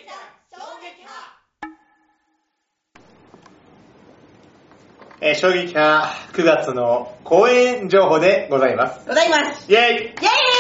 衝撃波9月の公演情報でございます。 イェーイ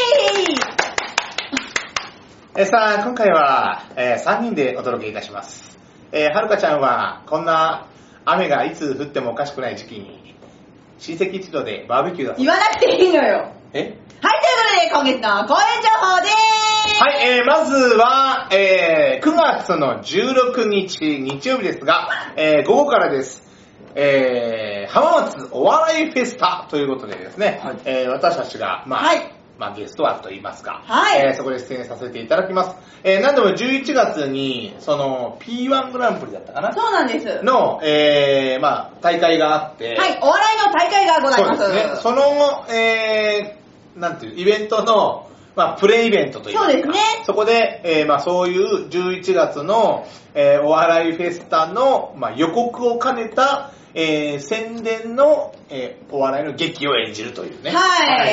さあ、今回は、3人でお届けいたします。はるかちゃんはこんな雨がいつ降ってもおかしくない時期に親戚一同でバーベキューだと。 言わなくていいのよ。はい、ということで今月の公演情報でーす。 はい、まずは、9月の16日日曜日ですが、午後からです。浜松お笑いフェスタということでですね、はい、私たちが、ゲスト枠といいますか、そこで出演させていただきます。何でも11月に、その P1 グランプリだったかな、 そうなんです。 の、大会があって、 はい、お笑いの大会がございます。 そうですね。その、なんていう、イベントの、プレイベントというか、 そうですね。 そこで、そういう11月の、お笑いフェスタの、予告を兼ねた、宣伝の、お笑いの劇を演じるというね。はい。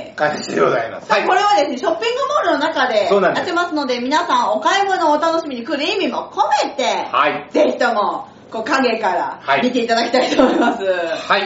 感じでございます。はい。 これはですね、ショッピングモールの中でやってますので、皆さんお買い物をお楽しみに来る意味も込めて、はい。ぜひとも、影から見ていただきたいと思います。はい。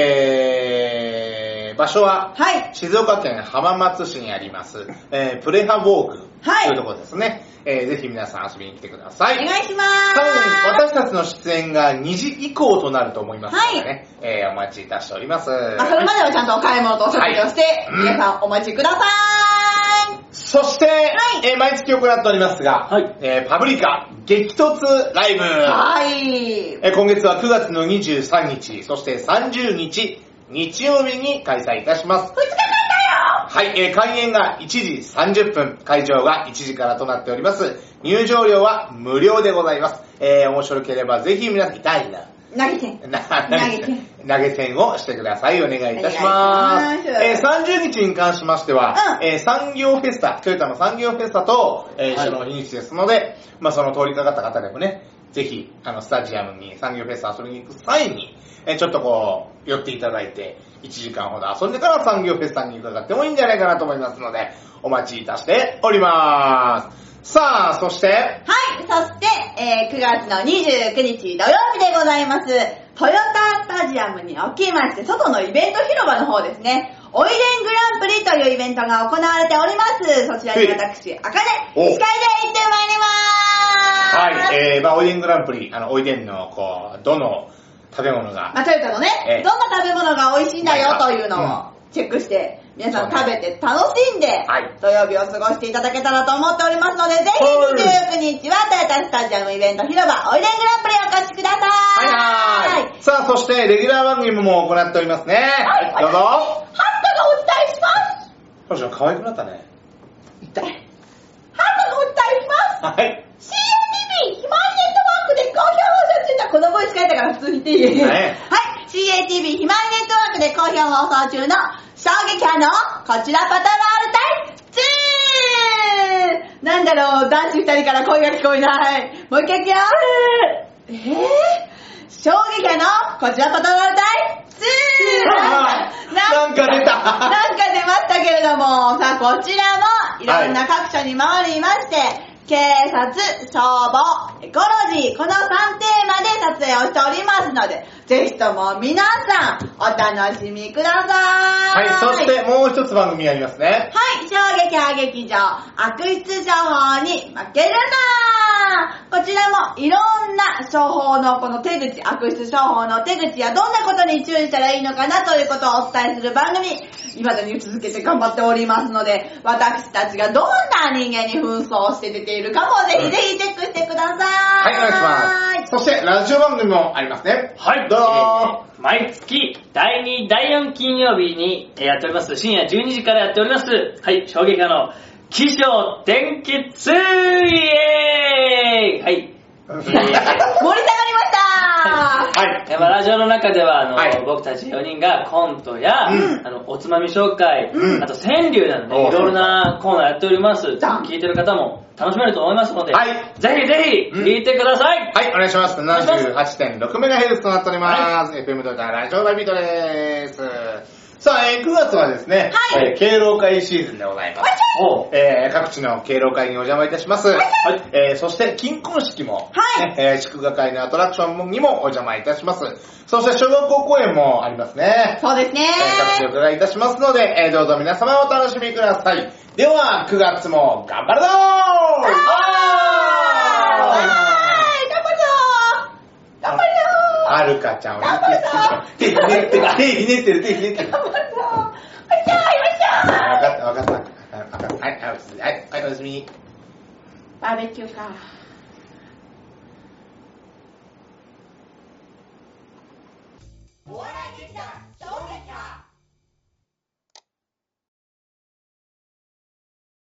場所は、静岡県浜松市にあります、プレハウォークというところですね。ぜひ皆さん遊びに来てください。 お願いします。 多分私たちの出演が2時以降となると思いますのでね、お待ちいたしております。それまではちゃんとお買い物とお食事をして、皆さんお待ちください。 そして、毎月行っておりますが、パブリカ激突ライブ。今月は9月の23日、そして30日、日曜日に開催いたします。 2日間だよ。 はい、開演が1時30分、会場が1時からとなっております。入場料は無料でございます。面白ければぜひ皆さん、痛いな。 投げ銭をしてください。お願いいたします。30日に関しましては、産業フェスタ、トヨタの産業フェスタと、一緒の日にちですので、その通りかかった方でもね、ぜひ、スタジアムに産業フェスタ遊びに行く際に、ちょっと寄っていただいて、1時間ほど遊んでから産業フェスタに伺ってもいいんじゃないかなと思いますので、お待ちいたしております。さあ、そして、 そして、9月の29日土曜日でございます。トヨタスタジアムにおきまして、外のイベント広場の方ですね、おいでんグランプリというイベントが行われております。そちらに私、あかね、司会で行ってまいります。 おいでんグランプリ、おいでんの、どの食べ物が、 トヨタのね、どんな食べ物が美味しいんだよというのをチェックして、皆さん食べて楽しんで、土曜日を過ごしていただけたらと思っておりますので、ぜひ29日はトヨタスタジアムイベント広場おいでんグランプリお越しください。 さあ、そしてレギュラー番組も行っておりますね。どうぞ。 ハッカがお伝えします。 確かに可愛くなったね。 痛い。ハッカがお伝えします。 はい。 CATV ひまわりネットワークで好評放送中のこのボイス変えたから普通に言っていい？はい。CATV ひまわりネットワークで好評放送中の衝撃波のこちらパトロール隊2！なんだろう、男子2人から声が聞こえない。もう一回いくよ。衝撃波のこちらパトロール隊2！ なんか出た。 なんか出ましたけれども、さあこちらもいろんな各所に回りまして、警察、消防、エコロジー、この3テーマで撮影をしておりますので、ぜひとも皆さん、お楽しみください。 そしてもう一つ番組ありますね。 衝撃波劇場、悪質処方に負けるな。こちらもいろんな処方のこの手口、悪質処方の手口やどんなことに注意したらいいのかなということをお伝えする番組、未だに続けて頑張っておりますので、私たちがどんな人間に紛争して出ているかもぜひぜひチェックしてください。 お願いします。そしてラジオ番組もありますね。どうぞ。 毎月第2、第4金曜日にやっております。深夜12時からやっております。衝撃波の起承転結イエーイ。 盛り下がりましたラジオの中では僕たち4人がコントや、おつまみ紹介、あと川柳などね、いろいろなコーナーやっております。聞いてる方も楽しめると思いますので、ぜひぜひ聞いてください。 お願いします。78.6MHz となっております。FM ドタラジオラビートです。 さあ、9月はですね、敬老会シーズンでございます。各地の敬老会にお邪魔いたします。そして、金婚式も、祝賀会のアトラクションにもお邪魔いたします。そして、小学校公演もありますね。 そうですね。 各地お伺いいたしますので、どうぞ皆様お楽しみください。では、9月も頑張るぞー！ 頑張るよー！ はるかちゃん頑張るぞー！ 手ひねってる。頑張るぞー！わかった。はい、おやすみ。 バーベキューか。お笑い劇団